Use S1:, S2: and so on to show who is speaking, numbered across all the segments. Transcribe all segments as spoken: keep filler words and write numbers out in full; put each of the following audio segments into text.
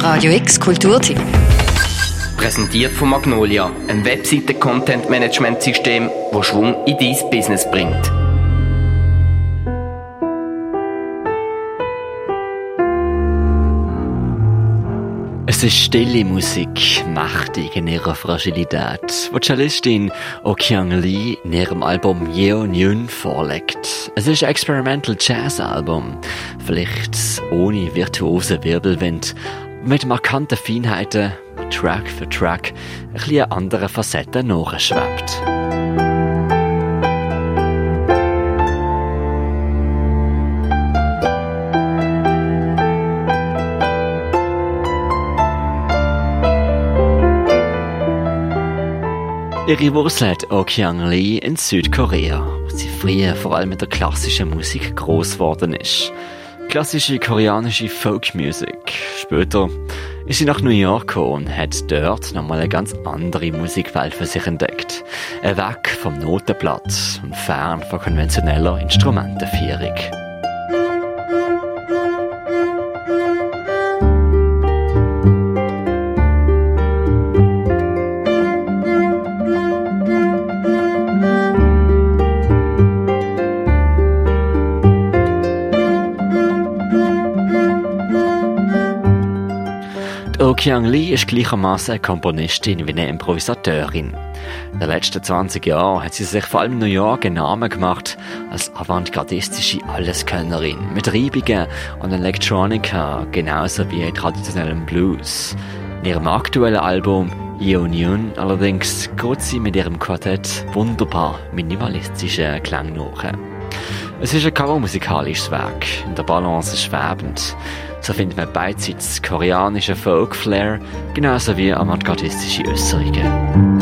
S1: Radio X Kulturtipp.
S2: Präsentiert von Magnolia, ein Webseiten-Content-Management-System, das Schwung in dein Business bringt.
S3: Es ist stille Musik, mächtig in ihrer Fragilität, die Cellistin Oh Kyung Lee in ihrem Album Yeonhyun vorlegt. Es ist ein Experimental Jazz Album, vielleicht ohne virtuose Wirbelwind, mit markanten Feinheiten, Track für Track, ein bisschen andere Facetten nachschwebt. Ihre Wurzel hat Oh Kyung Lee in Südkorea, wo sie früher vor allem mit der klassischen Musik gross geworden ist. Klassische koreanische Folkmusik. Später ist sie nach New York gekommen und hat dort nochmal eine ganz andere Musikwelt für sich entdeckt. Weg vom Notenblatt und fern von konventioneller Instrumentenführung. Oh Kyung Lee ist gleichermaßen eine Komponistin wie eine Improvisateurin. In den letzten zwanzig Jahren hat sie sich vor allem in New York einen Namen gemacht als avantgardistische Alleskönnerin mit Reibungen und Electronica, genauso wie traditionellem Blues. In ihrem aktuellen Album Yeonhyun allerdings geht sie mit ihrem Quartett wunderbar minimalistische Klang nach. Es ist ein covermusikalisches Werk, in der Balance schwebend. So findet man beidseits koreanische Folk-Flair, genauso wie avantgardistische Äußerungen.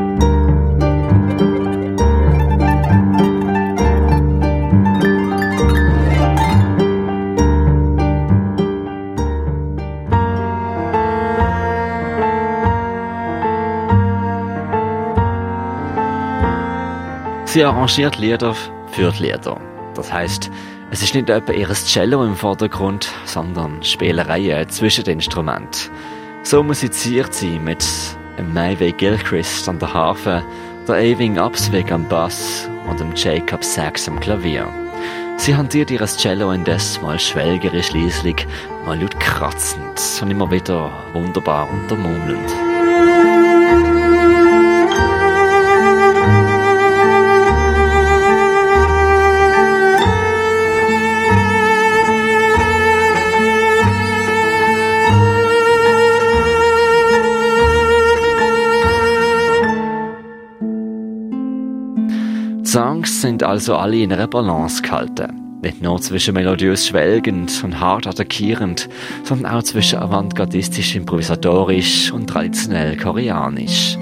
S3: Sie arrangiert Lieder für die Lieder. Das heisst, es ist nicht etwa ihr Cello im Vordergrund, sondern Spielereien zwischen den Instrumenten. So musiziert sie mit dem Maivie Gilchrist an der Harfe, der Ewing Absweg am Bass und dem Jacob Sachs am Klavier. Sie hantiert ihr Cello indes mal schwelgerisch leislich, mal laut kratzend und immer wieder wunderbar untermurmelnd. Die Songs sind also alle in einer Balance gehalten. Nicht nur zwischen melodiös schwelgend und hart attackierend, sondern auch zwischen avantgardistisch improvisatorisch und traditionell koreanisch.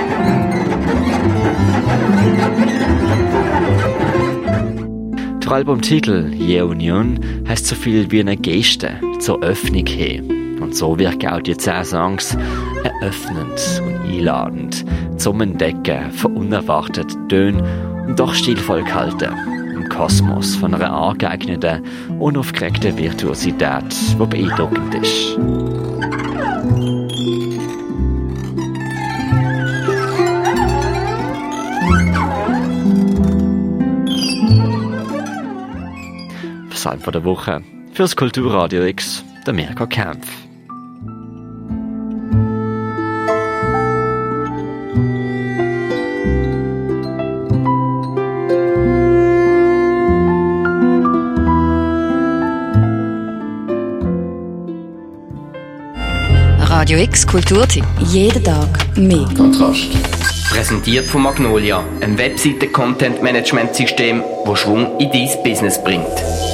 S3: Der Albumtitel Yeonhyun heisst so viel wie eine Geste zur Öffnung hin. Und so wirken auch die zehn Songs eröffnend und einladend zum Entdecken von unerwarteten Tönen und doch stilvoll gehalten, im Kosmos von einer angeeigneten, unaufgeregten Virtuosität, die beeindruckend ist. Psalm von der Woche fürs Kulturradio X, der Mirko Kempf.
S1: Radio X Kulturtipp. Jeden Tag mehr Kontrast.
S2: Präsentiert von Magnolia, ein Webseiten-Content-Management-System, das Schwung in dein Business bringt.